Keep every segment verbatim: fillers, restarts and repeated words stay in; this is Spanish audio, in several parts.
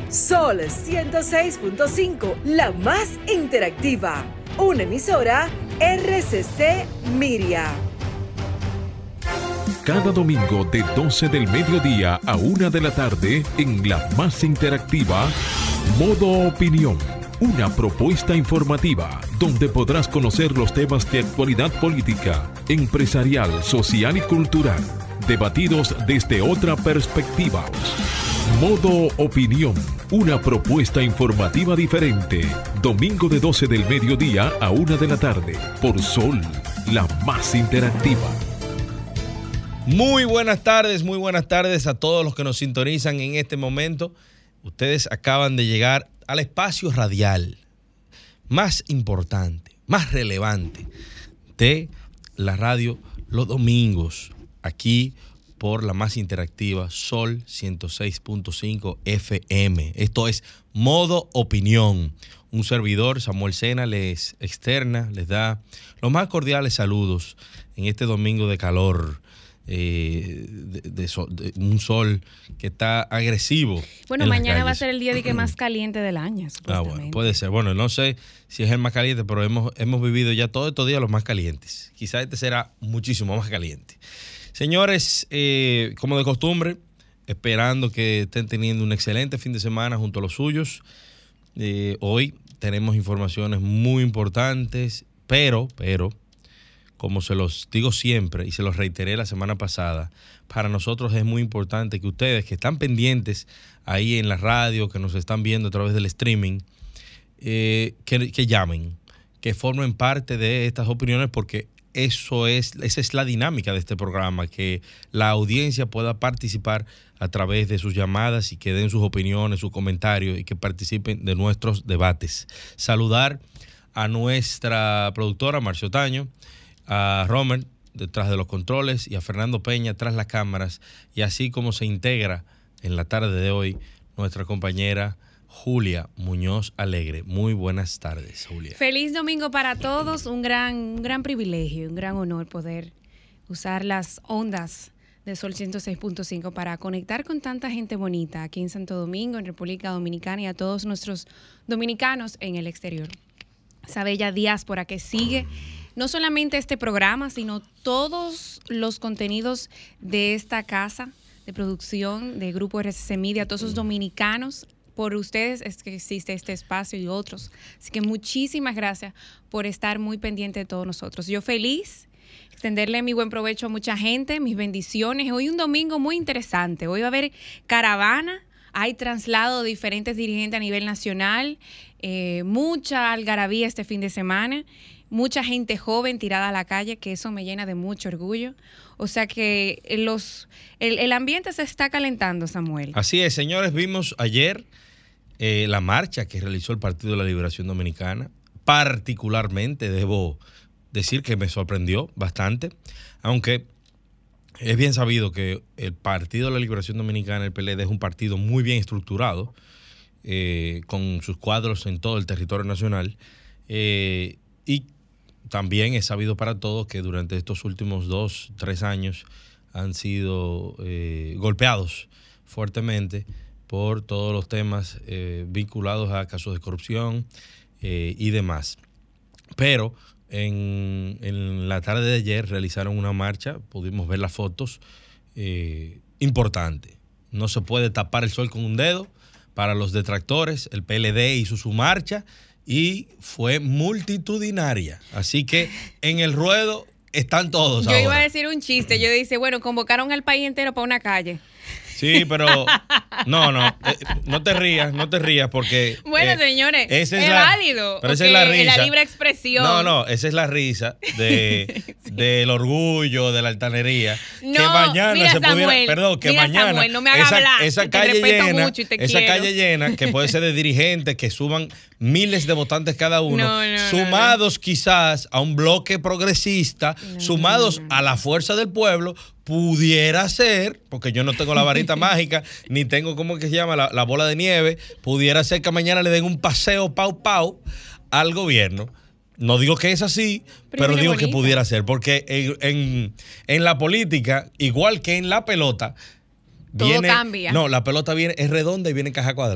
Sol ciento seis punto cinco, la más interactiva. Una emisora R C C Miria. Cada domingo de doce del mediodía a una de la tarde en la más interactiva, Modo Opinión. Una propuesta informativa donde podrás conocer los temas de actualidad política, empresarial, social y cultural, debatidos desde otra perspectiva. Modo Opinión, una propuesta informativa diferente. Domingo de doce del mediodía a una de la tarde, por Sol, la más interactiva. Muy buenas tardes, muy buenas tardes a todos los que nos sintonizan en este momento. Ustedes acaban de llegar al espacio radial más importante, más relevante de la radio los domingos, aquí por la más interactiva Sol ciento seis punto cinco F M. Esto es Modo Opinión. Un servidor, Samuel Sena, les externa, les da los más cordiales saludos en este domingo de calor. Eh, de, de, sol, de un sol que está agresivo. Bueno, mañana va a ser el día de que más caliente del año, supuestamente. Ah, bueno, puede ser. Bueno, no sé si es el más caliente, pero hemos, hemos vivido ya todos estos días los más calientes. Quizás este será muchísimo más caliente. Señores, eh, como de costumbre, esperando que estén teniendo un excelente fin de semana junto a los suyos. Eh, hoy tenemos informaciones muy importantes, pero, pero, como se los digo siempre y se los reiteré la semana pasada, para nosotros es muy importante que ustedes que están pendientes ahí en la radio, que nos están viendo a través del streaming, eh, que, que llamen, que formen parte de estas opiniones, porque eso es, esa es la dinámica de este programa, que la audiencia pueda participar a través de sus llamadas y que den sus opiniones, sus comentarios y que participen de nuestros debates. Saludar a nuestra productora Marcio Taño, a Romer detrás de los controles y a Fernando Peña tras las cámaras, y así como se integra en la tarde de hoy nuestra compañera Julia Muñoz Alegre. Muy buenas tardes, Julia. Feliz domingo para todos, un gran, un gran privilegio, un gran honor poder usar las ondas de Sol ciento seis punto cinco para conectar con tanta gente bonita aquí en Santo Domingo, en República Dominicana, y a todos nuestros dominicanos en el exterior. Esa bella diáspora que sigue no solamente este programa, sino todos los contenidos de esta casa de producción de Grupo R C C Media, todos esos dominicanos. Por ustedes es que existe este espacio y otros. Así que muchísimas gracias por estar muy pendiente de todos nosotros. Yo feliz, extenderle mi buen provecho a mucha gente, mis bendiciones. Hoy un domingo muy interesante. Hoy va a haber caravana, hay traslado de diferentes dirigentes a nivel nacional, eh, mucha algarabía este fin de semana. Mucha gente joven tirada a la calle, que eso me llena de mucho orgullo. O sea que los el, el ambiente se está calentando, Samuel. Así es, señores. Vimos ayer eh, la marcha que realizó el Partido de la Liberación Dominicana. Particularmente, debo decir que me sorprendió bastante, aunque es bien sabido que el Partido de la Liberación Dominicana, el P L D, es un partido muy bien estructurado, eh, con sus cuadros en todo el territorio nacional, eh, y también es sabido para todos que durante estos últimos dos, tres años han sido eh, golpeados fuertemente por todos los temas eh, vinculados a casos de corrupción eh, y demás. Pero en, en la tarde de ayer realizaron una marcha, pudimos ver las fotos, eh, importante. No se puede tapar el sol con un dedo para los detractores. El P L D hizo su marcha y fue multitudinaria. Así que en el ruedo están todos. Yo ahora iba a decir un chiste. Yo dije, bueno, convocaron al país entero para una calle. Sí, pero no, no, eh, no te rías, no te rías porque... Bueno, eh, señores, es, es la, válido. Pero esa es la risa. La libre expresión. No, no, esa es la risa de, sí. del orgullo, de la altanería. No, que mañana mira, se Samuel, pudiera... Perdón, que mira, mañana... Samuel, no me hagas esa, hablar, esa que calle te llena, mucho y te esa quiero. calle llena, que puede ser de dirigentes que suban miles de votantes cada uno, no, no, sumados no, no. quizás a un bloque progresista, no, sumados no, no, no. a la fuerza del pueblo, pudiera ser, porque yo no tengo la varita mágica, ni tengo, ¿cómo que se llama? La, la bola de nieve, pudiera ser que mañana le den un paseo pau pau al gobierno. No digo que es así, pero, pero digo bonita. que pudiera ser, porque en, en, en la política, igual que en la pelota, todo viene, cambia. No, la pelota viene, es redonda y viene en caja cuadrada.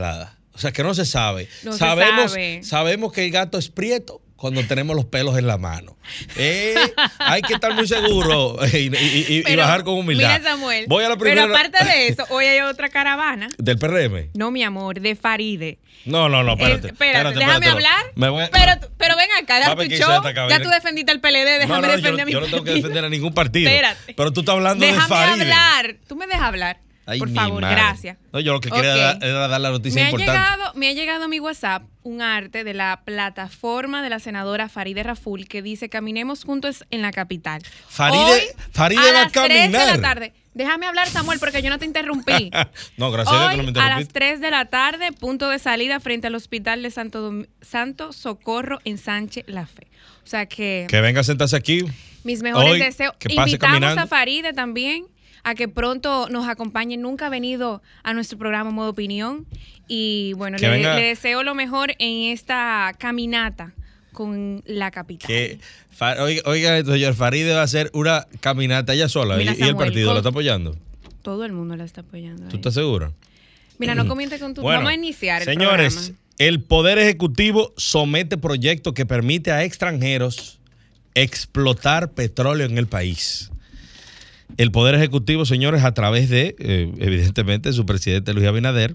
O sea, que no se sabe. No sabemos, se sabe. Sabemos que el gato es prieto cuando tenemos los pelos en la mano. Eh, hay que estar muy seguro y, y, y, Pero, y bajar con humildad. Mira, Samuel, Voy a la primera. pero aparte de eso, hoy hay otra caravana. ¿Del P R M? No, mi amor, de Faride. No, no, no, espérate. Es, espérate, espérate, déjame espérate, hablar. Me voy a, pero, pero ven acá, da tu Papi, ¿qué show. hizo esta cabina? Ya tú defendiste al P L D, déjame no, no, defender yo, a mi yo no tengo que partido. defender a ningún partido. Espérate. Pero tú estás hablando Déjame de Faride. hablar. Tú me dejas hablar. Ay, por mi favor, madre. gracias. No, yo lo que quería Okay. era, era dar la noticia me ha importante. llegado, me ha llegado a mi WhatsApp un arte de la plataforma de la senadora Faride Raful que dice caminemos juntos en la capital. Faride, Hoy, Faride a va a las tres de caminar. la tarde. Déjame hablar, Samuel, porque yo no te interrumpí. No, gracias a Dios Hoy, que no me a interrumpiste. las tres de la tarde, punto de salida frente al hospital de Santo, Dom- Santo Socorro en Sánchez La Fe. O sea que, Que venga a sentarse aquí. mis mejores hoy, deseos. que pase Invitamos caminando. a Faride también a que pronto nos acompañe. Nunca ha venido a nuestro programa Modo Opinión. Y bueno, Que le, venga- le deseo lo mejor en esta caminata con la capital. Que, Fa- oiga, oiga esto, señor, Faride va a hacer una caminata ella sola. Mira, y, y el Samuel, partido con- la está apoyando. Todo el mundo la está apoyando. ¿Tú ahí. estás seguro? Mira, no comiente con tu... Bueno, Vamos a iniciar el señores, programa. el Poder Ejecutivo somete proyecto que permite a extranjeros explotar petróleo en el país. El Poder Ejecutivo, señores, a través de, eh, evidentemente, su presidente Luis Abinader,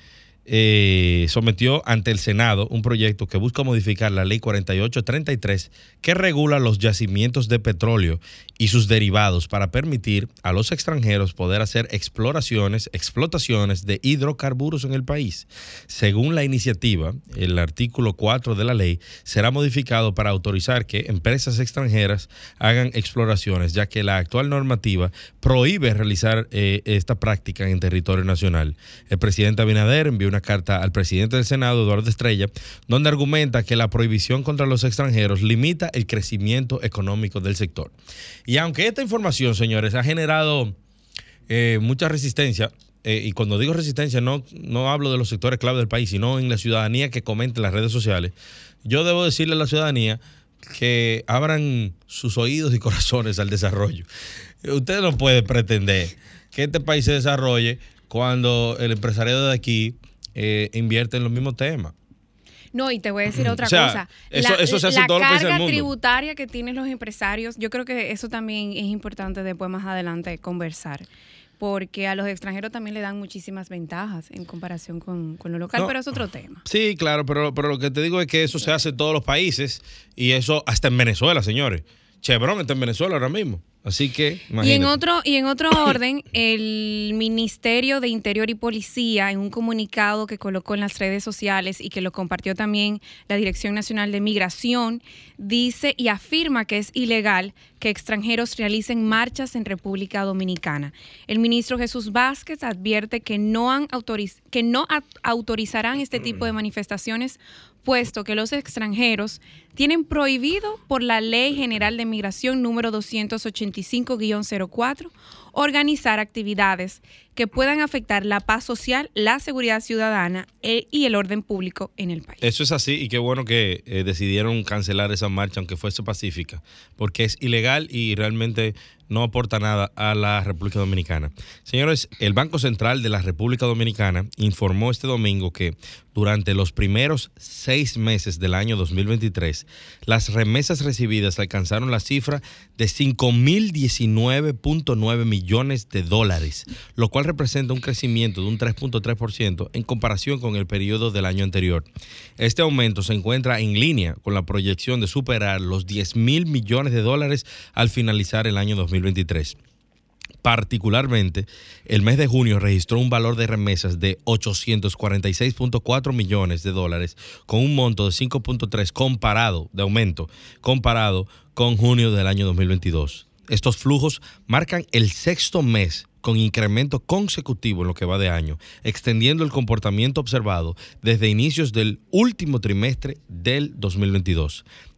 eh, sometió ante el Senado un proyecto que busca modificar la ley cuarenta y ocho treinta y tres que regula los yacimientos de petróleo y sus derivados para permitir a los extranjeros poder hacer exploraciones, explotaciones de hidrocarburos en el país. Según la iniciativa, el artículo cuatro de la ley será modificado para autorizar que empresas extranjeras hagan exploraciones, ya que la actual normativa prohíbe realizar eh, esta práctica en territorio nacional. El presidente Abinader envió una carta al presidente del Senado, Eduardo Estrella, donde argumenta que la prohibición contra los extranjeros limita el crecimiento económico del sector. Y aunque esta información, señores, ha generado eh, mucha resistencia, eh, y cuando digo resistencia no, no hablo de los sectores clave del país, sino en la ciudadanía que comenta en las redes sociales, yo debo decirle a la ciudadanía que abran sus oídos y corazones al desarrollo. Usted no puede pretender que este país se desarrolle cuando el empresariado de aquí eh, invierte en los mismos temas. No, y te voy a decir otra O sea, cosa. eso- la eso se hace en la todos los países del carga mundo. tributaria que tienen los empresarios, yo creo que eso también es importante después más adelante conversar. Porque a los extranjeros también le dan muchísimas ventajas en comparación con, con lo local, No. pero es otro tema. Sí, claro, pero, pero lo que te digo es que eso se hace en todos los países y eso hasta en Venezuela, señores. Chevron está en Venezuela ahora mismo. Así que, imagínate. Y en otro, y en otro orden, el Ministerio de Interior y Policía, en un comunicado que colocó en las redes sociales y que lo compartió también la Dirección Nacional de Migración, dice y afirma que es ilegal que extranjeros realicen marchas en República Dominicana. El ministro Jesús Vázquez advierte que no, han autoriz- que no a- autorizarán este tipo de manifestaciones, puesto que los extranjeros tienen prohibido por la Ley General de Migración número doscientos ochenta y cinco guión cero cuatro organizar actividades que puedan afectar la paz social, la seguridad ciudadana e- y el orden público en el país. Eso es así y qué bueno que eh, decidieron cancelar esa marcha, aunque fuese pacífica, porque es ilegal y realmente no aporta nada a la República Dominicana. Señores, el Banco Central de la República Dominicana informó este domingo que durante los primeros seis meses del año dos mil veintitrés, las remesas recibidas alcanzaron la cifra de cinco mil diecinueve punto nueve millones de dólares, lo cual representa un crecimiento de un tres punto tres por ciento en comparación con el periodo del año anterior. Este aumento se encuentra en línea con la proyección de superar los diez mil millones de dólares al finalizar el año dos mil veintitrés. Particularmente, el mes de junio registró un valor de remesas de ochocientos cuarenta y seis punto cuatro millones de dólares, con un monto de cinco punto tres comparado, de aumento, comparado con junio del año dos mil veintidós. Estos flujos marcan el sexto mes con incremento consecutivo en lo que va de año, extendiendo el comportamiento observado desde inicios del último trimestre del dos mil veintidós.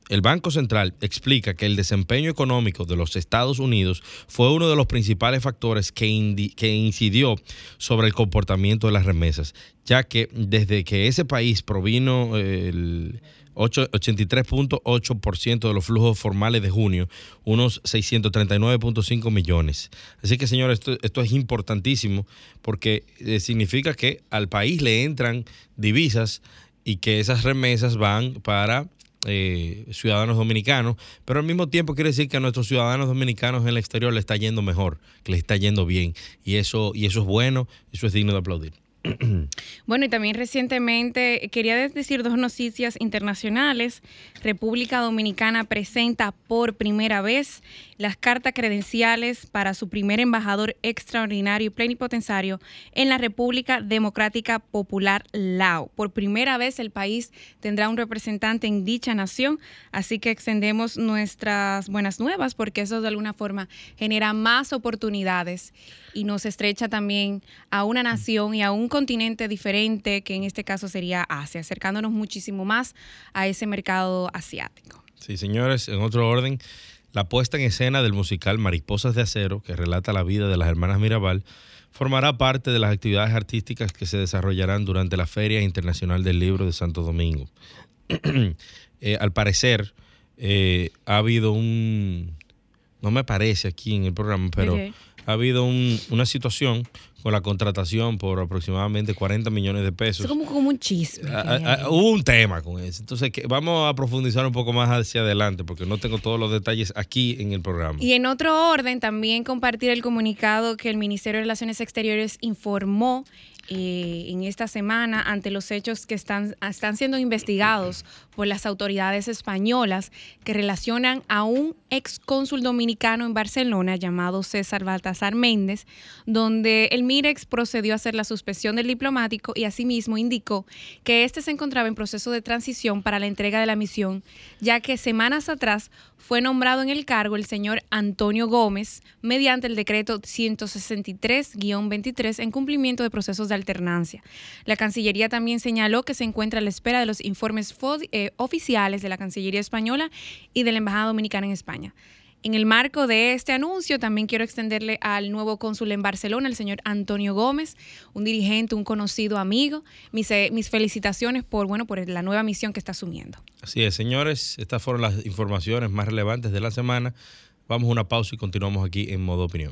el Banco Central explica que el desempeño económico de los Estados Unidos fue uno de los principales factores que, indi- que incidió sobre el comportamiento de las remesas, ya que desde que ese país provino eh, el ochenta y tres punto ocho por ciento de los flujos formales de junio, unos seiscientos treinta y nueve punto cinco millones. Así que, señores, esto, esto es importantísimo porque eh, significa que al país le entran divisas y que esas remesas van para eh, ciudadanos dominicanos, pero al mismo tiempo quiere decir que a nuestros ciudadanos dominicanos en el exterior le está yendo mejor, que le está yendo bien, y eso, y eso es bueno, eso es digno de aplaudir. Bueno, y también recientemente quería decir dos noticias internacionales. República Dominicana presenta por primera vez las cartas credenciales para su primer embajador extraordinario y plenipotenciario en la República Democrática Popular Lao. Por primera vez el país tendrá un representante en dicha nación, así que extendemos nuestras buenas nuevas porque eso de alguna forma genera más oportunidades y nos estrecha también a una nación y a un continente diferente, que en este caso sería Asia, acercándonos muchísimo más a ese mercado asiático. Sí, señores, en otro orden, la puesta en escena del musical Mariposas de Acero, que relata la vida de las hermanas Mirabal, formará parte de las actividades artísticas que se desarrollarán durante la Feria Internacional del Libro de Santo Domingo. eh, al parecer, eh, ha habido un... No me parece aquí en el programa, pero... Okay. Ha habido un, una situación con la contratación por aproximadamente cuarenta millones de pesos. Es como, como un chisme. A, a, a, hubo un tema con eso. Entonces, que vamos a profundizar un poco más hacia adelante porque no tengo todos los detalles aquí en el programa. Y en otro orden, también compartir el comunicado que el Ministerio de Relaciones Exteriores informó Eh, en esta semana ante los hechos que están, están siendo investigados por las autoridades españolas que relacionan a un ex cónsul dominicano en Barcelona llamado César Baltasar Méndez, donde el MIREX procedió a hacer la suspensión del diplomático y asimismo indicó que este se encontraba en proceso de transición para la entrega de la misión, ya que semanas atrás fue nombrado en el cargo el señor Antonio Gómez mediante el decreto ciento sesenta y tres guión veintitrés en cumplimiento de procesos de alternancia. La Cancillería también señaló que se encuentra a la espera de los informes eh, oficiales de la Cancillería española y de la Embajada Dominicana en España. En el marco de este anuncio, también quiero extenderle al nuevo cónsul en Barcelona, el señor Antonio Gómez, un dirigente, un conocido amigo, mis, eh, mis felicitaciones por, bueno, por la nueva misión que está asumiendo. Así es, señores, estas fueron las informaciones más relevantes de la semana. Vamos a una pausa y continuamos aquí en Modo Opinión.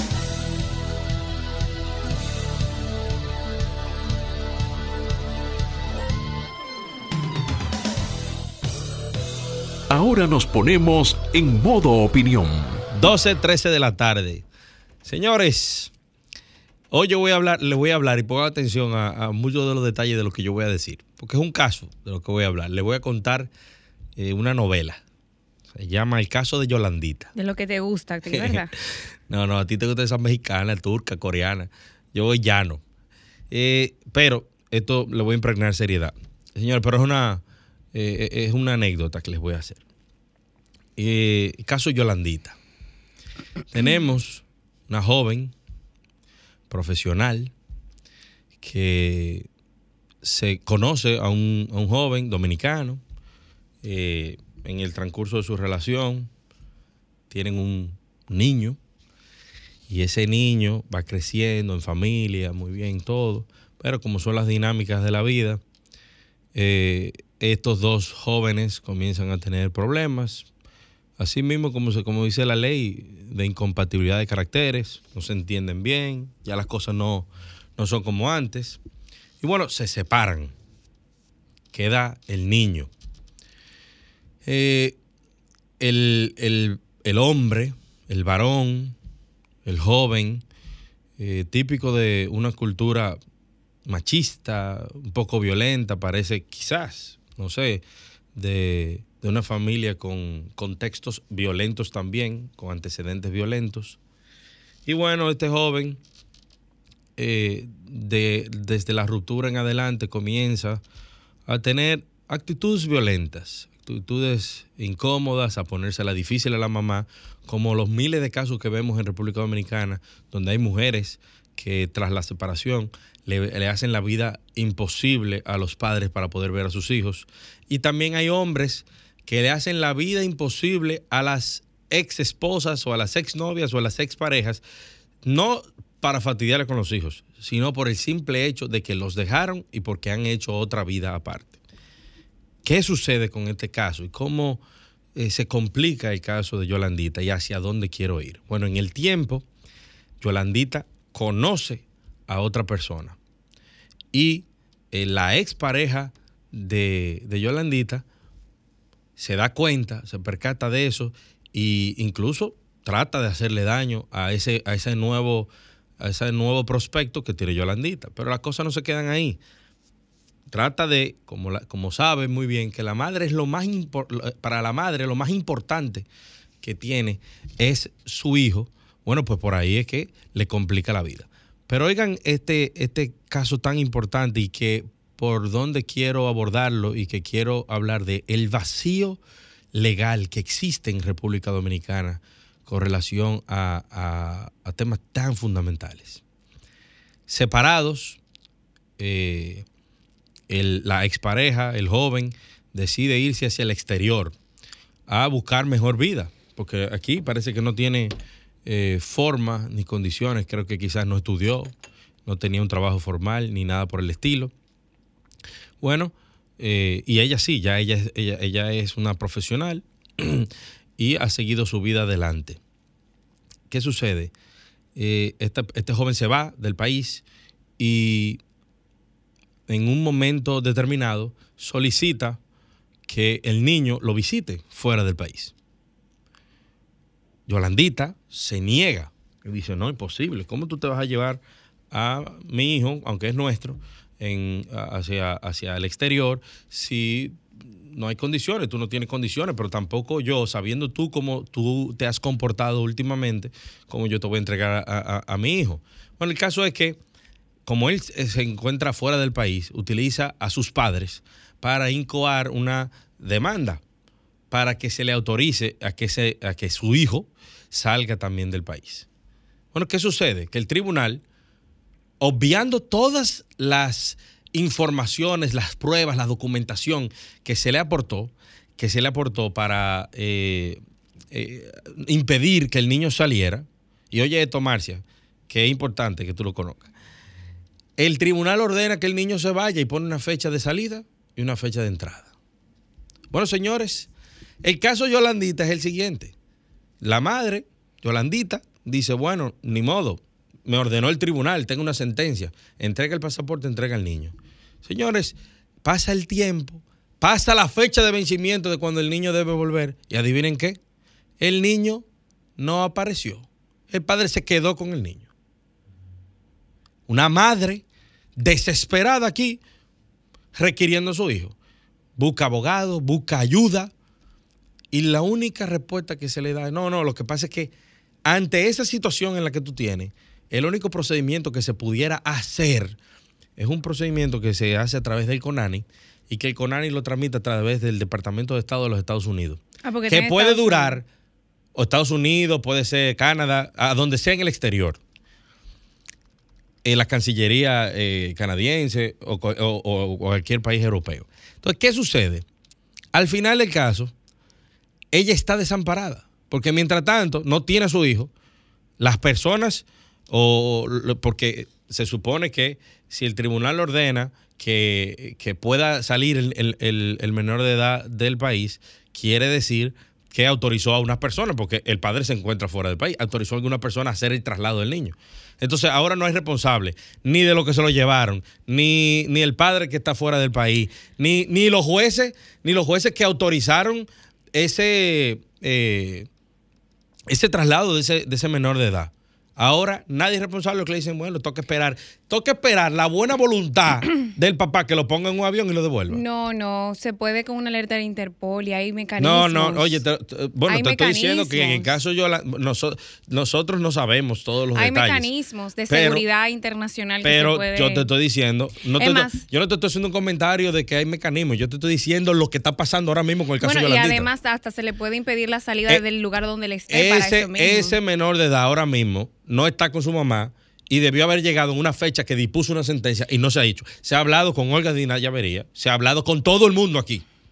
Ahora nos ponemos en modo opinión. doce trece de la tarde. Señores, hoy yo voy a hablar, les voy a hablar y pongan atención a, a muchos de los detalles de lo que yo voy a decir, porque es un caso de lo que voy a hablar. Les voy a contar eh, una novela. Se llama El caso de Yolandita. De lo que te gusta, ¿verdad? no, no, a ti te gusta esa mexicana, turca, coreana. Yo voy llano. Eh, pero esto le voy a impregnar seriedad. Señor, pero es una... Eh, es una anécdota que les voy a hacer. Eh, caso Yolandita. Tenemos una joven profesional que se conoce a un, a un joven dominicano. Eh, en el transcurso de su relación tienen un niño y ese niño va creciendo en familia, muy bien todo, pero como son las dinámicas de la vida, eh, estos dos jóvenes comienzan a tener problemas, así mismo como, se, como dice la ley, de incompatibilidad de caracteres, no se entienden bien, ya las cosas no, no son como antes, y bueno, se separan, queda el niño. Eh, el, el, el hombre, el varón, el joven, eh, típico de una cultura machista, un poco violenta, parece quizás, no sé, de, de una familia con contextos violentos también, con antecedentes violentos. Y bueno, este joven, eh, de, desde la ruptura en adelante, comienza a tener actitudes violentas, actitudes incómodas, a ponérsela difícil a la mamá, como los miles de casos que vemos en República Dominicana, donde hay mujeres que tras la separación le, le hacen la vida imposible a los padres para poder ver a sus hijos. Y también hay hombres que le hacen la vida imposible a las ex esposas o a las ex novias o a las ex parejas, no para fastidiarle con los hijos, sino por el simple hecho de que los dejaron y porque han hecho otra vida aparte. ¿Qué sucede con este caso y cómo eh, se complica el caso de Yolandita y hacia dónde quiero ir? Bueno, en el tiempo, Yolandita conoce a otra persona y eh, la expareja de, de Yolandita se da cuenta, se percata de eso e incluso trata de hacerle daño a ese, a ese nuevo, a ese nuevo prospecto que tiene Yolandita. Pero las cosas no se quedan ahí. Trata de, como, la, como sabe muy bien, que la madre es lo más impor- para la madre lo más importante que tiene es su hijo. Bueno, pues por ahí es que le complica la vida. Pero oigan este, este caso tan importante y que por donde quiero abordarlo y que quiero hablar de el vacío legal que existe en República Dominicana con relación a, a, a temas tan fundamentales. Separados, eh, el, la expareja, el joven, decide irse hacia el exterior a buscar mejor vida, porque aquí parece que no tiene eh, forma ni condiciones, creo que quizás no estudió, no tenía un trabajo formal ni nada por el estilo. Bueno, eh, y ella sí, ya ella, ella, ella es una profesional y ha seguido su vida adelante. ¿Qué sucede? Eh, este, este joven se va del país y en un momento determinado solicita que el niño lo visite fuera del país. Yolandita se niega y dice, no, imposible, ¿cómo tú te vas a llevar a mi hijo, aunque es nuestro, en, hacia, hacia el exterior si no hay condiciones? Tú no tienes condiciones, pero tampoco yo, sabiendo tú cómo tú te has comportado últimamente, cómo yo te voy a entregar a, a, a mi hijo. Bueno, el caso es que como él se encuentra fuera del país, utiliza a sus padres para incoar una demanda para que se le autorice a que, se, a que su hijo salga también del país. Bueno, ¿qué sucede? Que el tribunal, obviando todas las informaciones, las pruebas, la documentación que se le aportó, que se le aportó para eh, eh, impedir que el niño saliera, y oye esto, Marcia, que es importante que tú lo conozcas, el tribunal ordena que el niño se vaya y pone una fecha de salida y una fecha de entrada. Bueno, señores, el caso Yolandita es el siguiente. La madre, Yolandita, dice, bueno, ni modo, me ordenó el tribunal, tengo una sentencia, entrega el pasaporte, entrega al niño. Señores, pasa el tiempo, pasa la fecha de vencimiento de cuando el niño debe volver y adivinen qué, el niño no apareció. El padre se quedó con el niño. Una madre desesperada aquí requiriendo a su hijo. Busca abogado, busca ayuda y la única respuesta que se le da es no, no, lo que pasa es que ante esa situación en la que tú tienes, el único procedimiento que se pudiera hacer es un procedimiento que se hace a través del CONANI y que el CONANI lo tramita a través del Departamento de Estado de los Estados Unidos. Ah, que puede durar, o Estados Unidos, puede ser Canadá, a donde sea en el exterior. En la Cancillería eh, canadiense o, o, o, o cualquier país europeo. Entonces, ¿qué sucede? Al final del caso, ella está desamparada, porque mientras tanto no tiene a su hijo, las personas, o porque se supone que si el tribunal ordena que, que pueda salir el, el, el menor de edad del país, quiere decir que autorizó a unas personas, porque el padre se encuentra fuera del país, autorizó a alguna persona a hacer el traslado del niño. Entonces ahora no hay responsable ni de lo que se lo llevaron, ni, ni el padre que está fuera del país, ni, ni los jueces, ni los jueces que autorizaron ese, eh, ese traslado de ese, de ese menor de edad. Ahora nadie es responsable, lo que le dicen, bueno, toca esperar. Toca esperar la buena voluntad del papá que lo ponga en un avión y lo devuelva. No, no, se puede con una alerta de Interpol y hay mecanismos. No, no, oye, te, te, bueno, hay te estoy diciendo que en el caso yo, la, nosotros, nosotros no sabemos todos los hay detalles. Hay mecanismos de seguridad pero, internacional que pero se puede... Pero yo te estoy diciendo, no te, más, yo no te estoy haciendo un comentario de que hay mecanismos, yo te estoy diciendo lo que está pasando ahora mismo con el caso bueno, Yolandita. Y además hasta se le puede impedir la salida eh, del lugar donde él esté ese, para eso mismo. Ese menor de edad ahora mismo no está con su mamá y debió haber llegado en una fecha que dispuso una sentencia y no se ha hecho. Se ha hablado con Olga Dina Llavería, se ha hablado con todo el mundo aquí.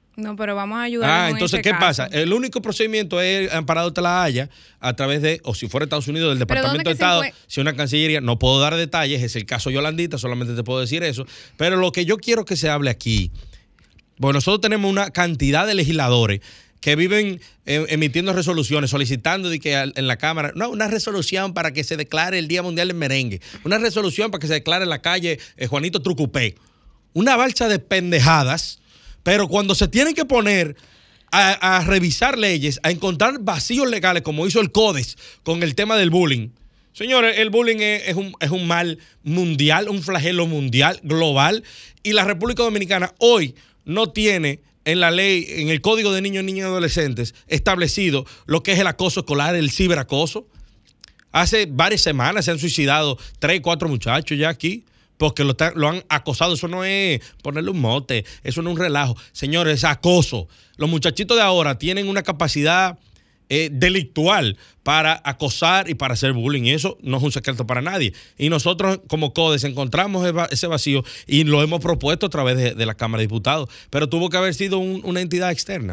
No, pero vamos a ayudar. Ah, entonces, ¿qué caso. pasa? El único procedimiento es amparado te la Haya a través de, o si fuera Estados Unidos, del Departamento de Estado, si una Cancillería, no puedo dar detalles, es el caso Yolandita, solamente te puedo decir eso. Pero lo que yo quiero que se hable aquí, bueno, nosotros tenemos una cantidad de legisladores que viven eh, emitiendo resoluciones, solicitando de que en la Cámara, no, una resolución para que se declare el Día Mundial del Merengue, una resolución para que se declare en la calle eh, Juanito Trucupé, una balsa de pendejadas. Pero cuando se tienen que poner a, a revisar leyes, a encontrar vacíos legales, como hizo el CODES con el tema del bullying. Señores, el bullying es, es, un, es un mal mundial, un flagelo mundial, global. Y la República Dominicana hoy no tiene en la ley, en el Código de Niños, Niñas y Adolescentes, establecido lo que es el acoso escolar, el ciberacoso. Hace varias semanas se han suicidado tres, cuatro muchachos ya aquí, porque lo, lo han acosado. Eso no es ponerle un mote, eso no es un relajo. Señores, es acoso. Los muchachitos de ahora tienen una capacidad eh, delictual para acosar y para hacer bullying. Y eso no es un secreto para nadie. Y nosotros, como CODES, encontramos ese vacío y lo hemos propuesto a través de, de la Cámara de Diputados. Pero tuvo que haber sido un, una entidad externa.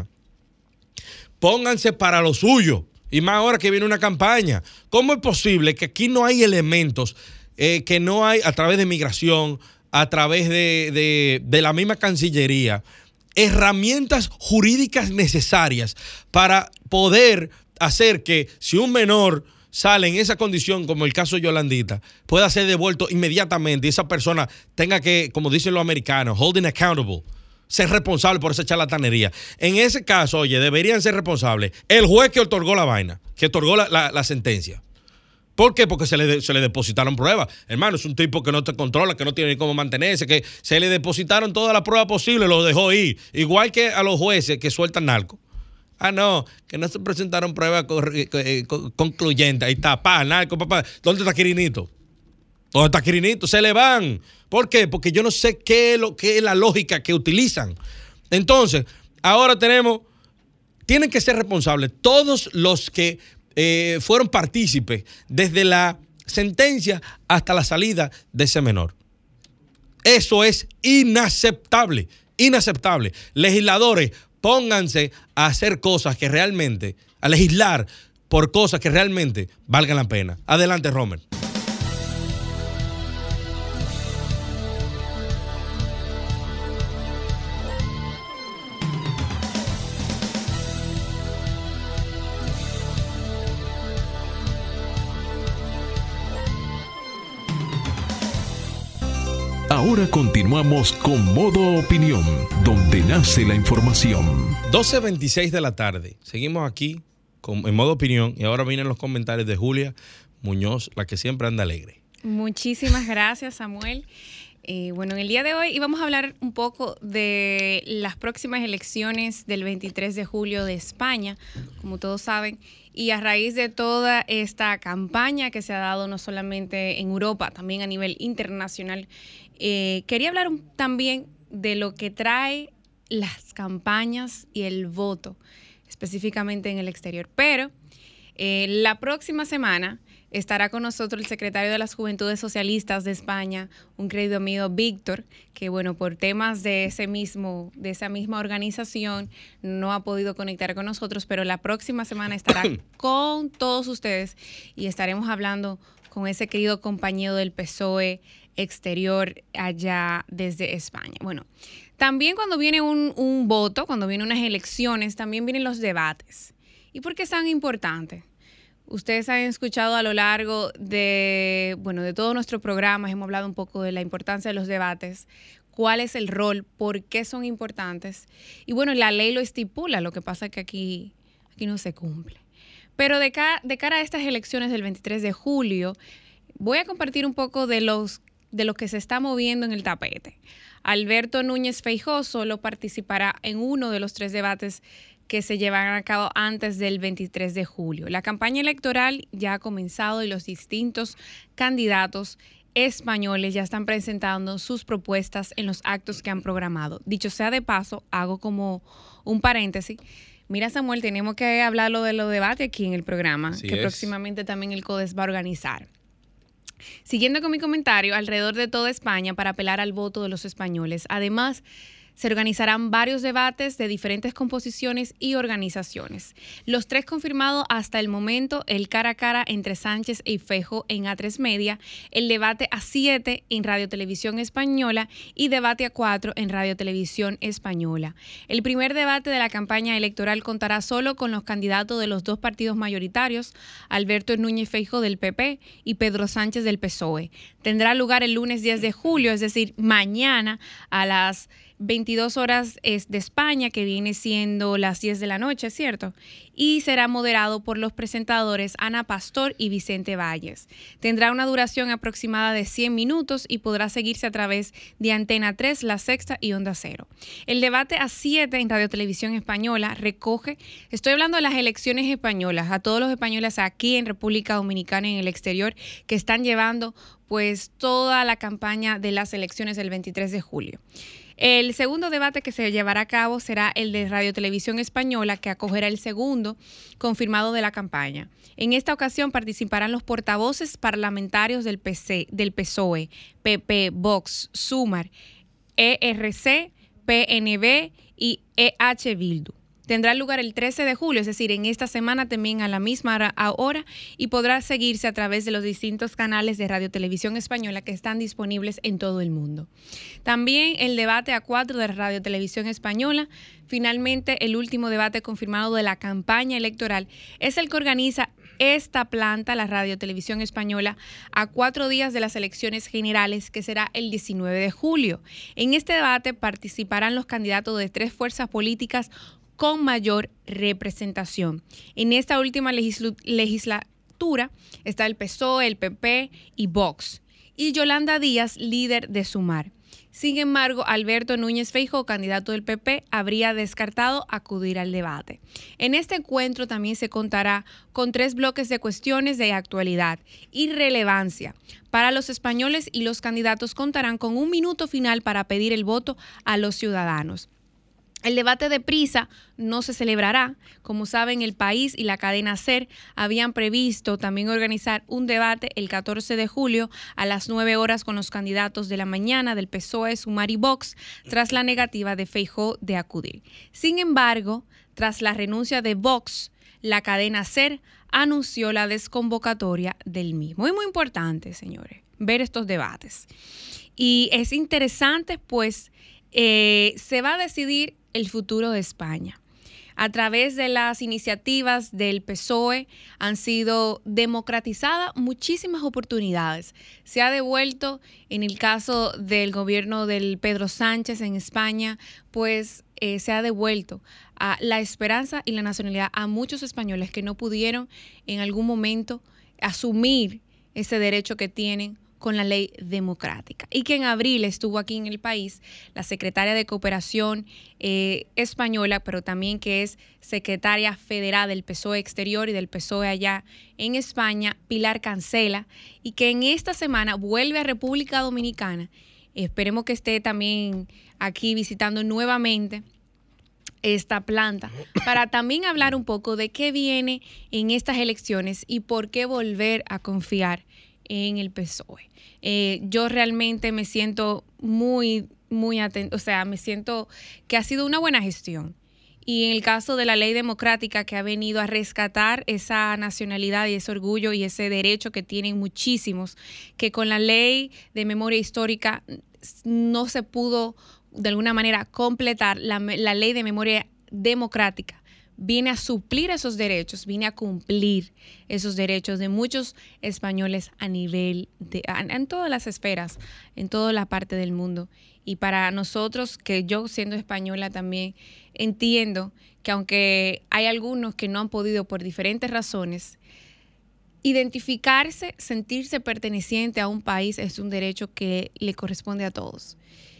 Pónganse para lo suyo. Y más ahora que viene una campaña. ¿Cómo es posible que aquí no hay elementos Eh, que no hay a través de migración, a través de, de, de la misma Cancillería, herramientas jurídicas necesarias para poder hacer que si un menor sale en esa condición, como el caso de Yolandita, pueda ser devuelto inmediatamente y esa persona tenga que, como dicen los americanos, holding accountable, ser responsable por esa charlatanería? En ese caso, oye, deberían ser responsables el juez que otorgó la vaina, que otorgó la, la, la sentencia. ¿Por qué? Porque se le, se le depositaron pruebas. Hermano, es un tipo que no te controla, que no tiene ni cómo mantenerse, que se le depositaron todas las pruebas posibles, lo dejó ir. Igual que a los jueces que sueltan narco. Ah, no, que no se presentaron pruebas concluyentes. Ahí está, pa, narco, papá. ¿Dónde está Quirinito? ¿Dónde está Quirinito? Se le van. ¿Por qué? Porque yo no sé qué es, lo, qué es la lógica que utilizan. Entonces, ahora tenemos, tienen que ser responsables todos los que Eh, fueron partícipes desde la sentencia hasta la salida de ese menor. Eso es inaceptable, inaceptable. Legisladores, pónganse a hacer cosas que realmente, a legislar por cosas que realmente valgan la pena. Adelante, Romer. Ahora continuamos con Modo Opinión, donde nace la información. doce veintiséis de la tarde. Seguimos aquí con, en Modo Opinión y ahora vienen los comentarios de Julia Muñoz, la que siempre anda alegre. Muchísimas gracias, Samuel. Eh, bueno, en el día de hoy íbamos a hablar un poco de las próximas elecciones del veintitrés de julio de España, como todos saben, y a raíz de toda esta campaña que se ha dado no solamente en Europa, también a nivel internacional, eh, quería hablar un, también de lo que trae las campañas y el voto, específicamente en el exterior. Pero eh, la próxima semana estará con nosotros el secretario de las Juventudes Socialistas de España, un querido amigo Víctor, que bueno, por temas de ese mismo, de esa misma organización, no ha podido conectar con nosotros, pero la próxima semana estará con todos ustedes y estaremos hablando con ese querido compañero del P S O E exterior allá desde España. Bueno, también cuando viene un, un voto, cuando vienen unas elecciones, también vienen los debates. ¿Y por qué es tan importante? Ustedes han escuchado a lo largo de, bueno, de todos nuestros programas, hemos hablado un poco de la importancia de los debates, cuál es el rol, por qué son importantes. Y bueno, la ley lo estipula, lo que pasa es que aquí, aquí no se cumple. Pero de, ca de cara a estas elecciones del veintitrés de julio, voy a compartir un poco de, los, de lo que se está moviendo en el tapete. Alberto Núñez Feijóo solo participará en uno de los tres debates que se llevarán a cabo antes del veintitrés de julio. La campaña electoral ya ha comenzado y los distintos candidatos españoles ya están presentando sus propuestas en los actos que han programado. Dicho sea de paso, hago como un paréntesis. Mira, Samuel, tenemos que hablarlo de los debates aquí en el programa, Así que es. próximamente también el CODES va a organizar. Siguiendo con mi comentario, alrededor de toda España para apelar al voto de los españoles. Además, Se organizarán varios debates de diferentes composiciones y organizaciones. Los tres confirmados hasta el momento: el cara a cara entre Sánchez y Feijóo en A tres Media, el debate a siete en Radio Televisión Española y debate a cuatro en Radio Televisión Española. El primer debate de la campaña electoral contará solo con los candidatos de los dos partidos mayoritarios, Alberto Núñez Feijóo del P P y Pedro Sánchez del P S O E. Tendrá lugar el lunes diez de julio, es decir, mañana a las veintidós horas es de España, que viene siendo las diez de la noche, ¿cierto? Y será moderado por los presentadores Ana Pastor y Vicente Valles. Tendrá una duración aproximada de cien minutos y podrá seguirse a través de Antena tres, La Sexta y Onda Cero. El debate a siete en Radio Televisión Española recoge, estoy hablando de las elecciones españolas, a todos los españoles aquí en República Dominicana y en el exterior que están llevando pues toda la campaña de las elecciones del veintitrés de julio. El segundo debate que se llevará a cabo será el de Radio Televisión Española, que acogerá el segundo confirmado de la campaña. En esta ocasión participarán los portavoces parlamentarios del P C, del P S O E, P P, Vox, Sumar, E R C, P N V y E H Bildu. Tendrá lugar el trece de julio, es decir, en esta semana también a la misma hora, y podrá seguirse a través de los distintos canales de Radio Televisión Española que están disponibles en todo el mundo. También el debate a cuatro de Radio Televisión Española. Finalmente, el último debate confirmado de la campaña electoral es el que organiza esta planta, la Radio Televisión Española, a cuatro días de las elecciones generales, que será el diecinueve de julio. En este debate participarán los candidatos de tres fuerzas políticas con mayor representación. En esta última legisl- legislatura está el P S O E, el P P y Vox, y Yolanda Díaz, líder de Sumar. Sin embargo, Alberto Núñez Feijóo, candidato del P P, habría descartado acudir al debate. En este encuentro también se contará con tres bloques de cuestiones de actualidad y relevancia para los españoles, y los candidatos contarán con un minuto final para pedir el voto a los ciudadanos. El debate de prisa no se celebrará. Como saben, El País y la cadena SER habían previsto también organizar un debate el catorce de julio a las nueve horas con los candidatos de la mañana del P S O E, Sumar y Vox, tras la negativa de Feijóo de acudir. Sin embargo, tras la renuncia de Vox, la cadena SER anunció la desconvocatoria del mismo. Es muy importante, señores, ver estos debates. Y es interesante, pues, eh, se va a decidir el futuro de España. A través de las iniciativas del P S O E han sido democratizadas muchísimas oportunidades. Se ha devuelto, en el caso del gobierno del Pedro Sánchez en España, pues eh, se ha devuelto a la esperanza y la nacionalidad a muchos españoles que no pudieron en algún momento asumir ese derecho que tienen con la ley democrática. Y que en abril estuvo aquí en el país la secretaria de Cooperación eh, española, pero también que es secretaria federal del P S O E Exterior y del P S O E allá en España, Pilar Cancela, y que en esta semana vuelve a República Dominicana. Esperemos que esté también aquí visitando nuevamente esta planta, para también hablar un poco de qué viene en estas elecciones y por qué volver a confiar en el P S O E. Eh, yo realmente me siento muy, muy atento, o sea, me siento que ha sido una buena gestión. Y en el caso de la ley democrática, que ha venido a rescatar esa nacionalidad y ese orgullo y ese derecho que tienen muchísimos, que con la ley de memoria histórica no se pudo de alguna manera completar. La, la ley de memoria democrática viene a suplir esos derechos, viene a cumplir esos derechos de muchos españoles a nivel de, en todas las esferas, en toda la parte del mundo. Y para nosotros, que yo siendo española también entiendo que aunque hay algunos que no han podido por diferentes razones, identificarse, sentirse perteneciente a un país es un derecho que le corresponde a todos.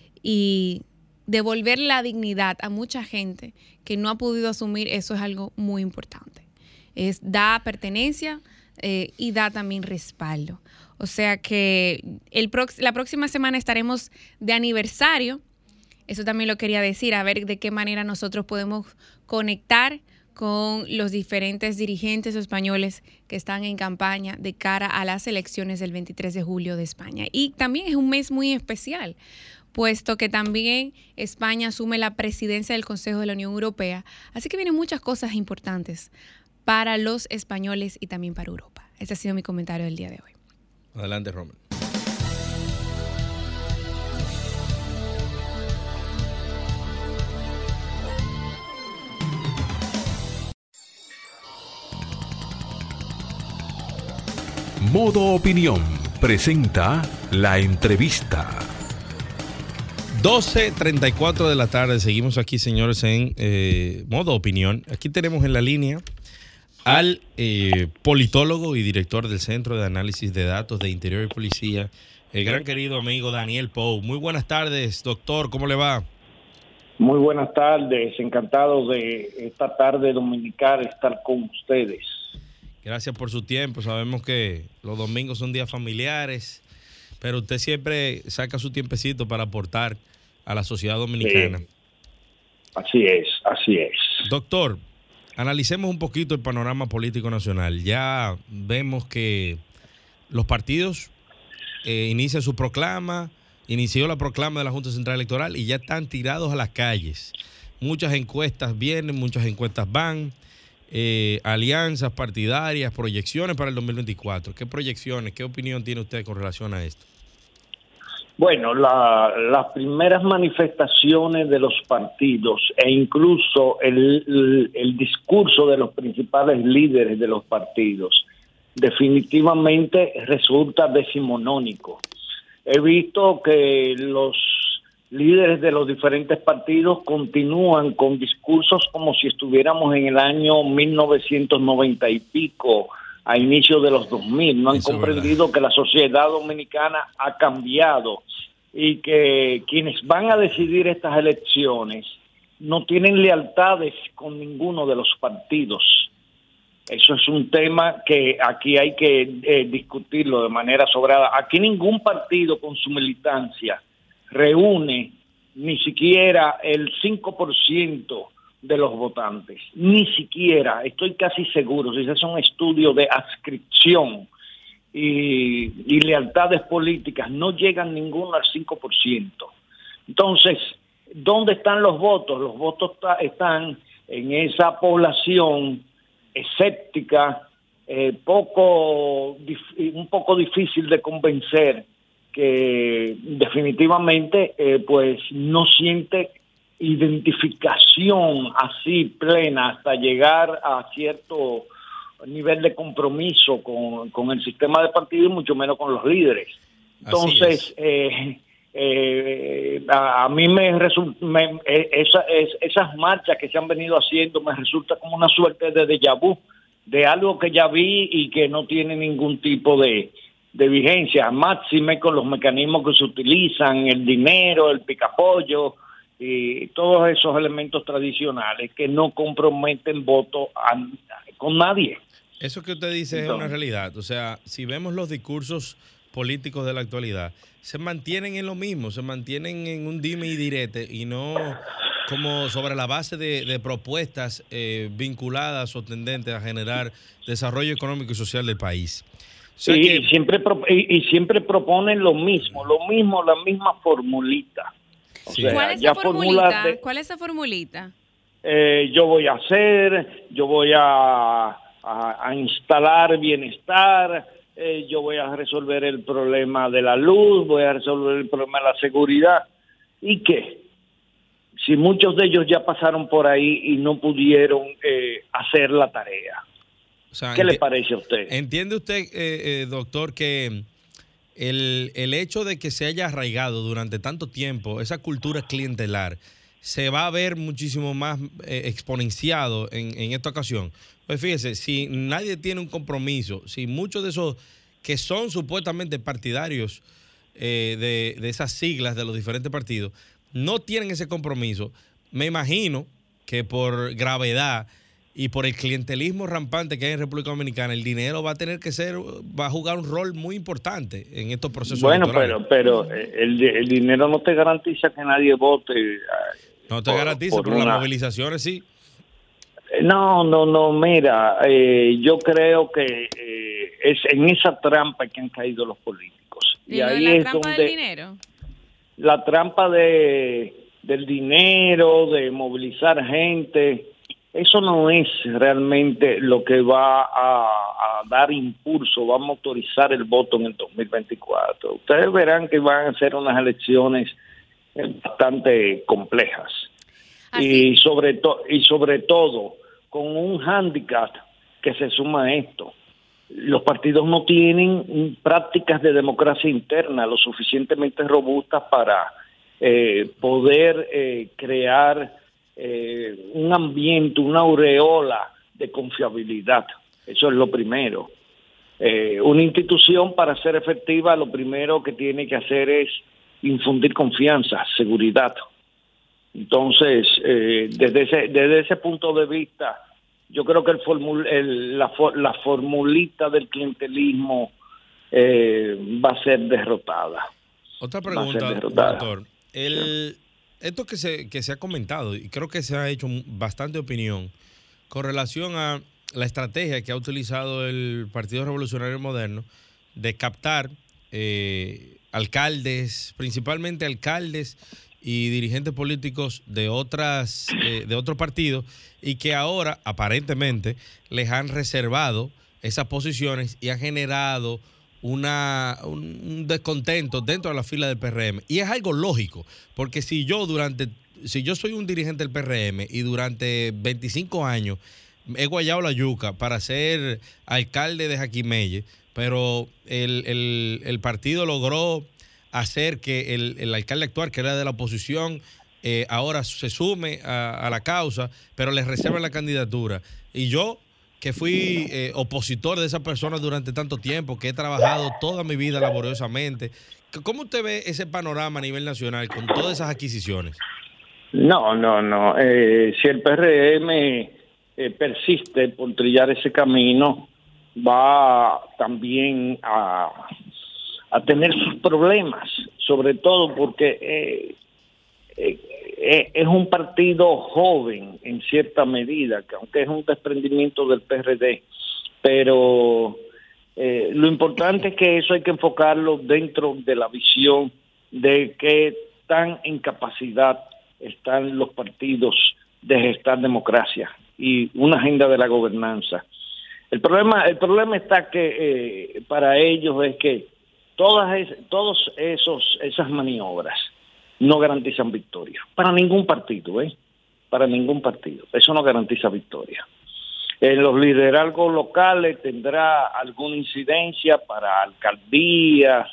Y devolver la dignidad a mucha gente que no ha podido asumir eso es algo muy importante. Es, da pertenencia eh, y da también respaldo. O sea que el prox- la próxima semana estaremos de aniversario. Eso también lo quería decir, a ver de qué manera nosotros podemos conectar con los diferentes dirigentes españoles que están en campaña de cara a las elecciones del veintitrés de julio de España. Y también es un mes muy especial, puesto que también España asume la presidencia del Consejo de la Unión Europea. Así que vienen muchas cosas importantes para los españoles y también para Europa. Ese ha sido mi comentario del día de hoy. Adelante, Roman. Modo Opinión presenta la entrevista. doce treinta y cuatro de la tarde, seguimos aquí, señores, en eh, Modo Opinión. Aquí tenemos en la línea al eh, politólogo y director del Centro de Análisis de Datos de Interior y Policía, el gran querido amigo Daniel Pou. Muy buenas tardes, doctor, ¿cómo le va? Muy buenas tardes, encantado de esta tarde dominical estar con ustedes. Gracias por su tiempo. Sabemos que los domingos son días familiares, pero usted siempre saca su tiempecito para aportar a la sociedad dominicana. Sí. Así es, así es. Doctor, analicemos un poquito el panorama político nacional. Ya vemos que los partidos eh, inician su proclama, inició la proclama de la Junta Central Electoral y ya están tirados a las calles. Muchas encuestas vienen, muchas encuestas van. Eh, alianzas partidarias, proyecciones para el dos mil veinticuatro. ¿Qué proyecciones, qué opinión tiene usted con relación a esto? Bueno, la, las primeras manifestaciones de los partidos e incluso el, el, el discurso de los principales líderes de los partidos definitivamente resulta decimonónico. He visto que los líderes de los diferentes partidos continúan con discursos como si estuviéramos en el año mil novecientos noventa y pico, a inicios de los dos mil. No han Eso comprendido que la sociedad dominicana ha cambiado y que quienes van a decidir estas elecciones no tienen lealtades con ninguno de los partidos. Eso es un tema que aquí hay que eh, discutirlo de manera sobrada. Aquí ningún partido con su militancia reúne ni siquiera el cinco por ciento de los votantes, ni siquiera, estoy casi seguro, si se hace un estudio de adscripción y, y lealtades políticas, no llegan ninguno al cinco por ciento. Entonces, ¿dónde están los votos? Los votos ta, están en esa población escéptica, eh, poco, un poco difícil de convencer, que definitivamente eh, pues no siente identificación así plena hasta llegar a cierto nivel de compromiso con, con el sistema de partido y mucho menos con los líderes. Entonces, eh, eh, a, a mí me resulta, me, esa, es, esas marchas que se han venido haciendo me resulta como una suerte de déjà vu, de algo que ya vi y que no tiene ningún tipo de de vigencia, máxime con los mecanismos que se utilizan, el dinero, el picapollo y todos esos elementos tradicionales que no comprometen voto a, con nadie. Eso que usted dice Entonces, es una realidad. O sea, si vemos los discursos políticos de la actualidad, se mantienen en lo mismo, se mantienen en un dime y direte y no como sobre la base de, de propuestas eh, vinculadas o tendentes a generar desarrollo económico y social del país. O sea y, que, y siempre y, y siempre proponen lo mismo, lo mismo, la misma formulita. O sí. sea, ¿Cuál es esa formulita? De, ¿Cuál es esa formulita? Eh, yo voy a hacer, yo voy a, a, a instalar bienestar, eh, yo voy a resolver el problema de la luz, voy a resolver el problema de la seguridad. ¿Y qué? Si muchos de ellos ya pasaron por ahí y no pudieron eh, hacer la tarea. O sea, ¿qué le parece a usted? ¿Entiende usted, eh, eh, doctor, que el, el hecho de que se haya arraigado durante tanto tiempo esa cultura clientelar se va a ver muchísimo más eh, exponenciado en, en esta ocasión? Pues fíjese, si nadie tiene un compromiso, si muchos de esos que son supuestamente partidarios eh, de, de esas siglas de los diferentes partidos no tienen ese compromiso, me imagino que por gravedad y por el clientelismo rampante que hay en República Dominicana, el dinero va a tener que ser, va a jugar un rol muy importante en estos procesos bueno, electorales. Bueno, pero, pero el, el dinero no te garantiza que nadie vote. No te por, garantiza, por pero una... las movilizaciones sí. No, no, no, mira, eh, yo creo que eh, es en esa trampa que han caído los políticos. ¿Y, ¿Y ahí la es trampa donde... del dinero? la trampa de del dinero, de movilizar gente, eso no es realmente lo que va a, a dar impulso, va a motorizar el voto en el dos mil veinticuatro. Ustedes verán que van a ser unas elecciones bastante complejas. Así. Y sobre, to- y sobre todo con un hándicap que se suma a esto. Los partidos no tienen prácticas de democracia interna lo suficientemente robustas para eh, poder eh, crear eh, un ambiente, una aureola de confiabilidad. Eso es lo primero. Eh, una institución, para ser efectiva, lo primero que tiene que hacer es infundir confianza, seguridad. Entonces, eh, desde ese desde ese punto de vista, yo creo que el, formul, el la, la formulita del clientelismo eh, va a ser derrotada. Otra pregunta, doctor. El, sí. Esto que se, que se ha comentado, y creo que se ha hecho bastante opinión, con relación a la estrategia que ha utilizado el Partido Revolucionario Moderno de captar eh, alcaldes, principalmente alcaldes y dirigentes políticos de otras eh, de otros partidos, y que ahora aparentemente les han reservado esas posiciones y han generado una un, un descontento dentro de la fila del P R M. Y es algo lógico, porque si yo durante si yo soy un dirigente del P R M y durante veinticinco años he guayado la yuca para ser alcalde de Jaquimelle, pero el, el, el partido logró hacer que el, el alcalde actual, que era de la oposición, eh, ahora se sume a, a la causa, pero les reserva la candidatura. Y yo, que fui eh, opositor de esa persona durante tanto tiempo, que he trabajado toda mi vida laboriosamente, ¿cómo usted ve ese panorama a nivel nacional con todas esas adquisiciones? No, no, no. Eh, si el P R M eh, persiste por trillar ese camino, va también a... a tener sus problemas, sobre todo porque eh, eh, eh, es un partido joven en cierta medida, que aunque es un desprendimiento del P R D, pero eh, lo importante es que eso hay que enfocarlo dentro de la visión de qué tan en capacidad están los partidos de gestar democracia y una agenda de la gobernanza. El problema, el problema está que eh, para ellos es que Todas es, todos esos esas maniobras no garantizan victoria para ningún partido, ¿eh? Para ningún partido. Eso no garantiza victoria. En los liderazgos locales tendrá alguna incidencia para alcaldías,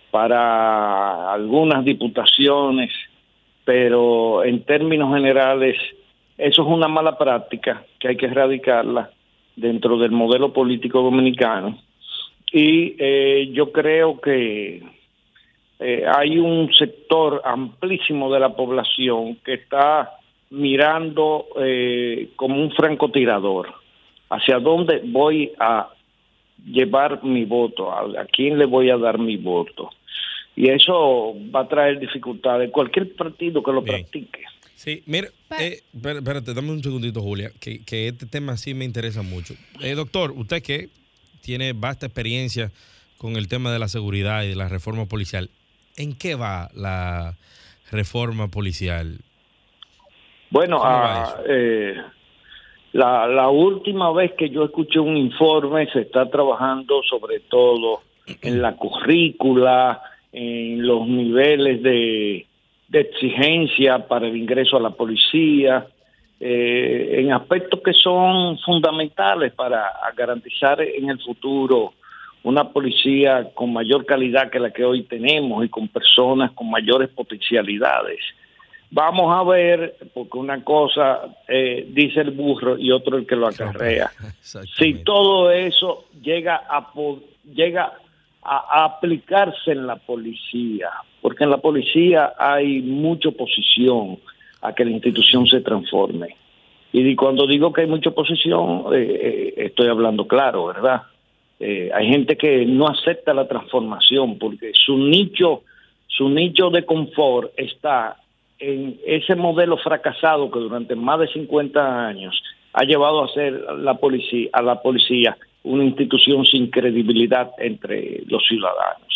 para algunas diputaciones, pero en términos generales eso es una mala práctica que hay que erradicarla dentro del modelo político dominicano. Y eh, yo creo que eh, hay un sector amplísimo de la población que está mirando eh, como un francotirador hacia dónde voy a llevar mi voto, a, a quién le voy a dar mi voto. Y eso va a traer dificultades. Cualquier partido que lo Bien. practique. Sí, mira, eh, espérate, dame un segundito, Julia, que, que este tema sí me interesa mucho. Eh, doctor, usted que tiene vasta experiencia con el tema de la seguridad y de la reforma policial. ¿En qué va la reforma policial? Bueno, a, eh, la, la última vez que yo escuché un informe se está trabajando sobre todo en la currícula, en los niveles de, de exigencia para el ingreso a la policía, Eh, en aspectos que son fundamentales para garantizar en el futuro una policía con mayor calidad que la que hoy tenemos y con personas con mayores potencialidades. Vamos a ver, porque una cosa eh, dice el burro y otro el que lo acarrea. Si todo eso llega a llega a, a aplicarse en la policía, porque en la policía hay mucha oposición a que la institución se transforme. Y cuando digo que hay mucha oposición, eh, eh, estoy hablando claro, ¿verdad? Eh, hay gente que no acepta la transformación porque su nicho, su nicho de confort está en ese modelo fracasado que durante más de cincuenta años ha llevado a ser la policía, a la policía una institución sin credibilidad entre los ciudadanos.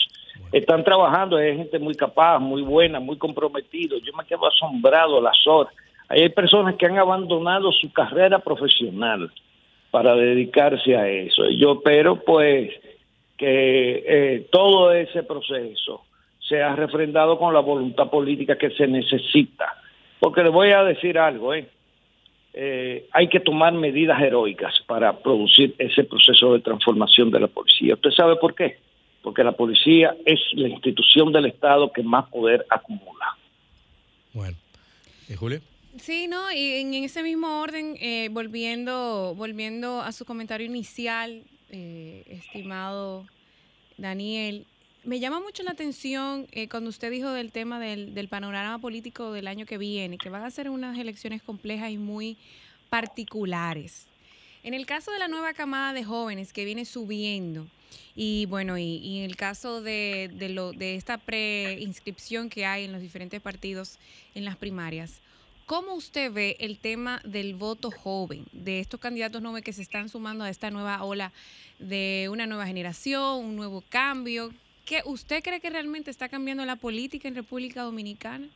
Están trabajando, hay gente muy capaz, muy buena, muy comprometido. Yo me quedo asombrado a las horas. Hay personas que han abandonado su carrera profesional para dedicarse a eso. Yo espero, pues, que eh, todo ese proceso sea refrendado con la voluntad política que se necesita. Porque le voy a decir algo, ¿eh? Eh, hay que tomar medidas heroicas para producir ese proceso de transformación de la policía. ¿Usted sabe por qué? Porque la policía es la institución del Estado que más poder acumula. Bueno, ¿y Julio? Sí, no, y en ese mismo orden, eh, volviendo, volviendo a su comentario inicial, eh, estimado Daniel, me llama mucho la atención eh, cuando usted dijo del tema del, del panorama político del año que viene, que van a ser unas elecciones complejas y muy particulares. En el caso de la nueva camada de jóvenes que viene subiendo, y bueno, y, y en el caso de, de, lo, de esta preinscripción que hay en los diferentes partidos en las primarias, ¿cómo usted ve el tema del voto joven, de estos candidatos nuevos que se están sumando a esta nueva ola de una nueva generación, un nuevo cambio? ¿Qué usted cree que realmente está cambiando la política en República Dominicana?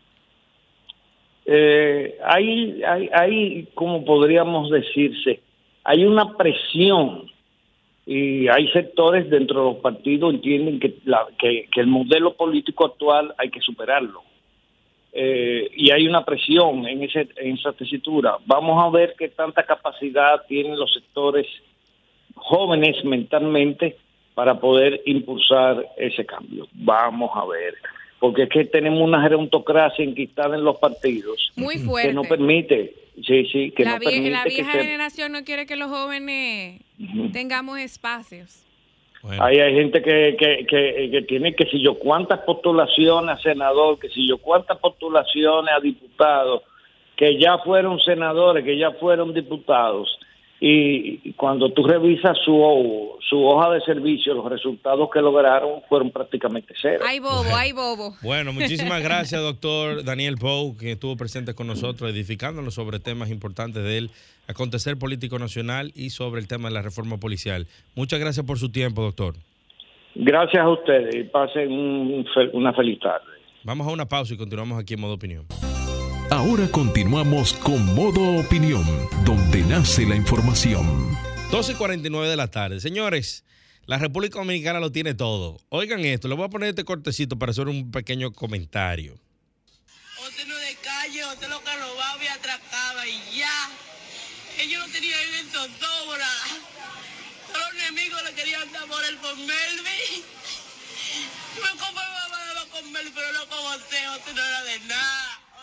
Eh, hay, hay, hay, como podríamos decirse, hay una presión y hay sectores dentro de los partidos que entienden que, la, que, que el modelo político actual hay que superarlo. Eh, y hay una presión en, ese, en esa tesitura. Vamos a ver qué tanta capacidad tienen los sectores jóvenes mentalmente para poder impulsar ese cambio. Vamos a ver, porque es que tenemos una gerontocracia enquistada en los partidos. Muy fuerte. Que no permite, sí, sí, que la no vie permite La vieja que generación se... no quiere que los jóvenes uh-huh. tengamos espacios. Bueno. Ahí hay gente que, que, que, que tiene que si yo cuántas postulaciones a senador, que si yo cuántas postulaciones a diputados, que ya fueron senadores, que ya fueron diputados. Y cuando tú revisas su, su hoja de servicio, los resultados que lograron fueron prácticamente cero. Ay, bobo, bueno, ay, bobo. Bueno, muchísimas gracias, doctor Daniel Pou, que estuvo presente con nosotros, edificándonos sobre temas importantes del acontecer político nacional y sobre el tema de la reforma policial. Muchas gracias por su tiempo, doctor. Gracias a ustedes y pasen un, una feliz tarde. Vamos a una pausa y continuamos aquí en Modo Opinión. Ahora continuamos con Modo Opinión, donde nace la información. doce y cuarenta y nueve de la tarde. Señores, la República Dominicana lo tiene todo. Oigan esto, les voy a poner este cortecito para hacer un pequeño comentario. Usted no de calle, usted lo que robaba y atracaba y ya. Ellos no tenían en zozobra. Todos los enemigos le querían dar por el por Melvin. Yo me conformaba con Melvin, pero no con José. José no era de nada.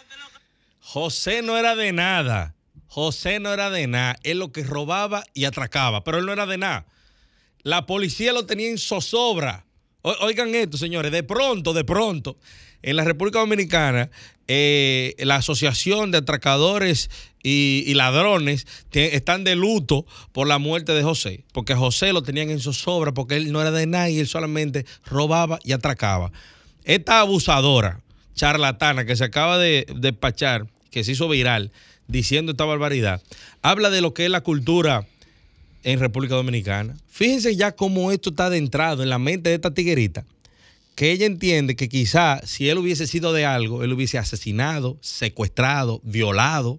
José no era de nada. José no era de nada. Él lo que robaba y atracaba, pero él no era de nada. La policía lo tenía en zozobra. O, oigan esto, señores. De pronto, de pronto, en la República Dominicana, eh, la Asociación de Atracadores y, y Ladrones te, están de luto por la muerte de José. Porque a José lo tenían en zozobra porque él no era de nada y él solamente robaba y atracaba. Esta abusadora, charlatana, que se acaba de despachar, que se hizo viral diciendo esta barbaridad, habla de lo que es la cultura en República Dominicana. Fíjense ya cómo esto está adentrado en la mente de esta tiguerita, que ella entiende que quizá si él hubiese sido de algo, él hubiese asesinado, secuestrado, violado.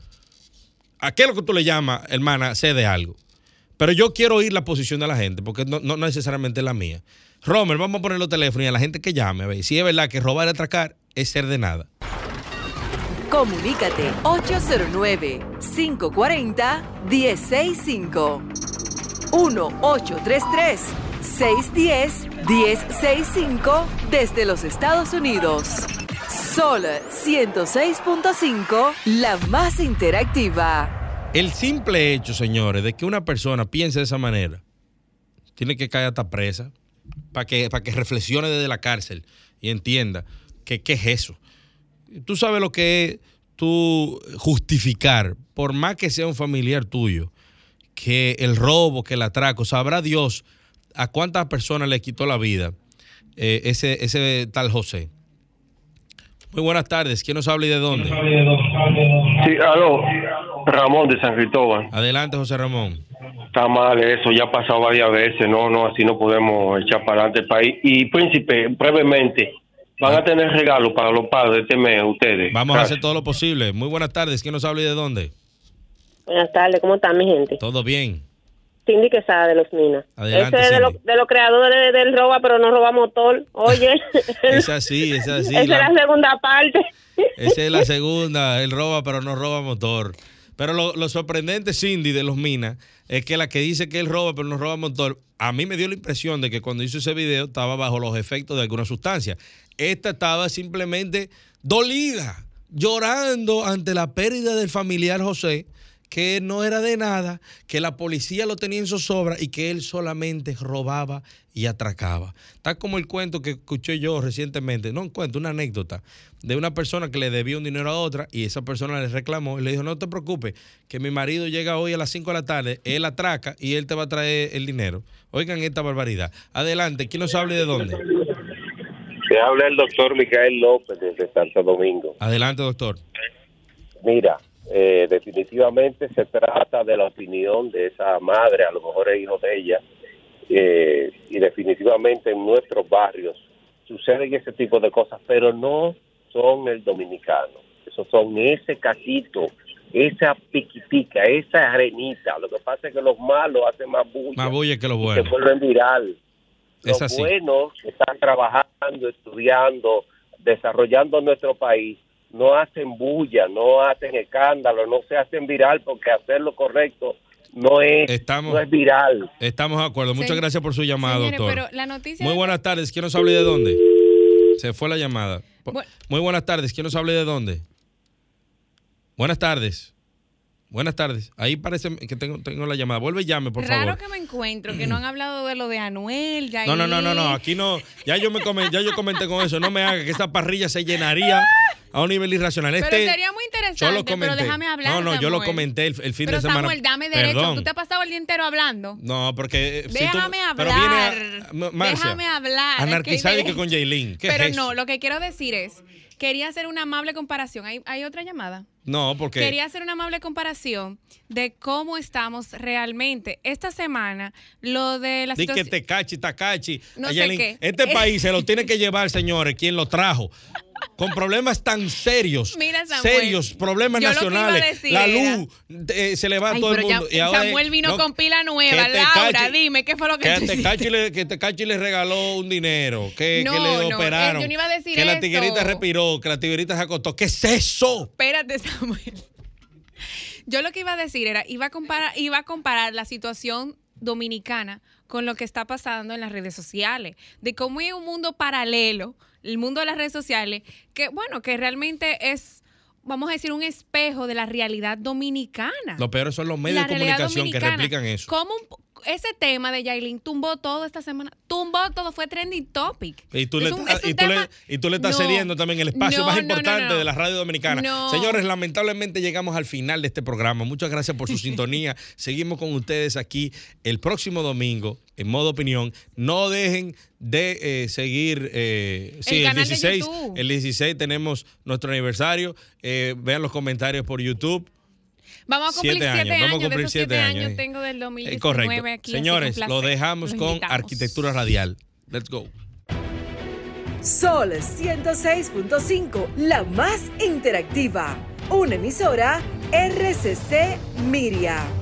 ¿A qué es lo que tú le llamas, hermana, sé de algo? Pero yo quiero oír la posición de la gente, porque no, no necesariamente es la mía. Romer, vamos a poner los teléfonos y a la gente que llame, a ver si es verdad que robar y atracar es ser de nada. Comunícate ocho cero nueve, cinco cuatro cero, uno cero seis cinco. uno ocho tres tres, seis uno cero, uno cero seis cinco desde los Estados Unidos. Sol ciento seis punto cinco, la más interactiva. El simple hecho, señores, de que una persona piense de esa manera, tiene que caer hasta presa para que, para que reflexione desde la cárcel y entienda que qué es eso. Tú sabes lo que es tú justificar, por más que sea un familiar tuyo, que el robo, que el atraco, sabrá Dios a cuántas personas le quitó la vida eh, ese, ese tal José. Muy buenas tardes. ¿Quién nos habla y de dónde? Sí, aló. Ramón de San Cristóbal. Adelante, José Ramón. Está mal eso, ya ha pasado varias veces, no, no, así no podemos echar para adelante el país. Y Príncipe, brevemente, ¿van a tener regalos para los padres este mes ustedes? Vamos Gracias. a hacer todo lo posible. Muy buenas tardes, ¿quién nos habla y de dónde? Buenas tardes, ¿cómo están mi gente? Todo bien. Cindy Quesada de Los Minas. Adelante, Ese es de, lo, de los creadores del Roba, pero no roba motor. Oye. Es así, es así. Esa la, es la segunda parte. Esa es la segunda, él roba, pero no roba motor. Pero lo, lo sorprendente, Cindy, de Los Minas, es que la que dice que él roba, pero no roba motor, a mí me dio la impresión de que cuando hizo ese video estaba bajo los efectos de alguna sustancia. Esta estaba simplemente dolida, llorando ante la pérdida del familiar José, que no era de nada, que la policía lo tenía en zozobra y que él solamente robaba y atracaba. Está como el cuento que escuché yo recientemente, no un cuento, una anécdota, de una persona que le debía un dinero a otra y esa persona le reclamó y le dijo, no te preocupes, que mi marido llega hoy a las cinco de la tarde, él atraca y él te va a traer el dinero. Oigan esta barbaridad. Adelante, ¿quién nos habla y de dónde? Se habla el doctor Miguel López desde Santo Domingo. Adelante, doctor. Mira, Eh, definitivamente se trata de la opinión de esa madre, a lo mejor es hijo de ella, eh, y definitivamente en nuestros barrios suceden ese tipo de cosas, pero no son el dominicano, esos son ese catito, esa piquitica, esa arenita. Lo que pasa es que los malos hacen más bulla, más bulla que los buenos, se vuelven viral. Es los así. buenos que están trabajando, estudiando, desarrollando nuestro país, no hacen bulla, no hacen escándalo, no se hacen viral, porque hacer lo correcto no es, estamos, no es viral. Estamos de acuerdo. Muchas sí. gracias por su llamada, Señores, doctor. Pero la noticia Muy buenas tardes. ¿Quién nos habla y de dónde? Se fue la llamada. Bu Muy buenas tardes. ¿Quién nos habla y de dónde? Buenas tardes. Buenas tardes. Ahí parece que tengo, tengo la llamada. Vuelve y llame, por Raro favor. Raro que me encuentro, que no han hablado de lo de Anuel. Ya no, no, no, no, no. Aquí no. Ya yo, me comenté, ya yo comenté con eso. No me haga que esta parrilla se llenaría a un nivel irracional. Pero este, sería muy interesante, pero déjame hablar, No, no, Samuel. yo lo comenté el, el fin pero de semana. Samuel, dame derecho. Perdón. Tú te has pasado el día entero hablando. No, porque... Déjame si tú, hablar. Pero viene a, Marcia, déjame hablar. Anarquizar es que, que con Yailin. ¿Qué Pero es no, eso? lo que quiero decir es, quería hacer una amable comparación. ¿Hay, hay otra llamada? No, porque... Quería hacer una amable comparación de cómo estamos realmente. Esta semana, lo de la situación... Di que te cachi, tacachi. No sé Yailin, qué. Este país se lo tiene que llevar, señores, quien lo trajo. Con problemas tan serios, Mira, Samuel, serios, problemas nacionales. La luz eh, se le va a Ay, todo el ya, mundo. Y ahora, Samuel vino no, con pila nueva. Laura, cachi, dime, ¿qué fue lo que, que tú te cachi le, Que te cachi le regaló un dinero, que, no, que le no, operaron. Eh, yo no iba a decir que eso. la tiguerita respiró, que la tiguerita se acostó. ¿Qué es eso? Espérate, Samuel. Yo lo que iba a decir era, iba a comparar, iba a comparar la situación dominicana con lo que está pasando en las redes sociales, de cómo hay un mundo paralelo, el mundo de las redes sociales, que bueno, que realmente es, vamos a decir, un espejo de la realidad dominicana. Lo peor son los medios de comunicación que replican eso. ¿Cómo un, ese tema de Yailin tumbó todo esta semana? Tumbó todo, fue trending topic. Y tú, le, un, y, tú le, y tú le estás no, cediendo también el espacio no, más importante no, no, no. de la radio dominicana. No. Señores, lamentablemente llegamos al final de este programa. Muchas gracias por su sintonía. Seguimos con ustedes aquí el próximo domingo en Modo Opinión. No dejen de eh, seguir eh, el, sí, el dieciséis. El dieciséis tenemos nuestro aniversario. Eh, vean los comentarios por YouTube. Vamos a cumplir siete años. Siete años. Vamos a cumplir de esos siete, siete años. años tengo del dos mil diecinueve eh, correcto. Aquí. Señores, lo dejamos con Arquitectura Radial. Let's go. Sol ciento seis punto cinco, la más interactiva. Una emisora R C C Miria.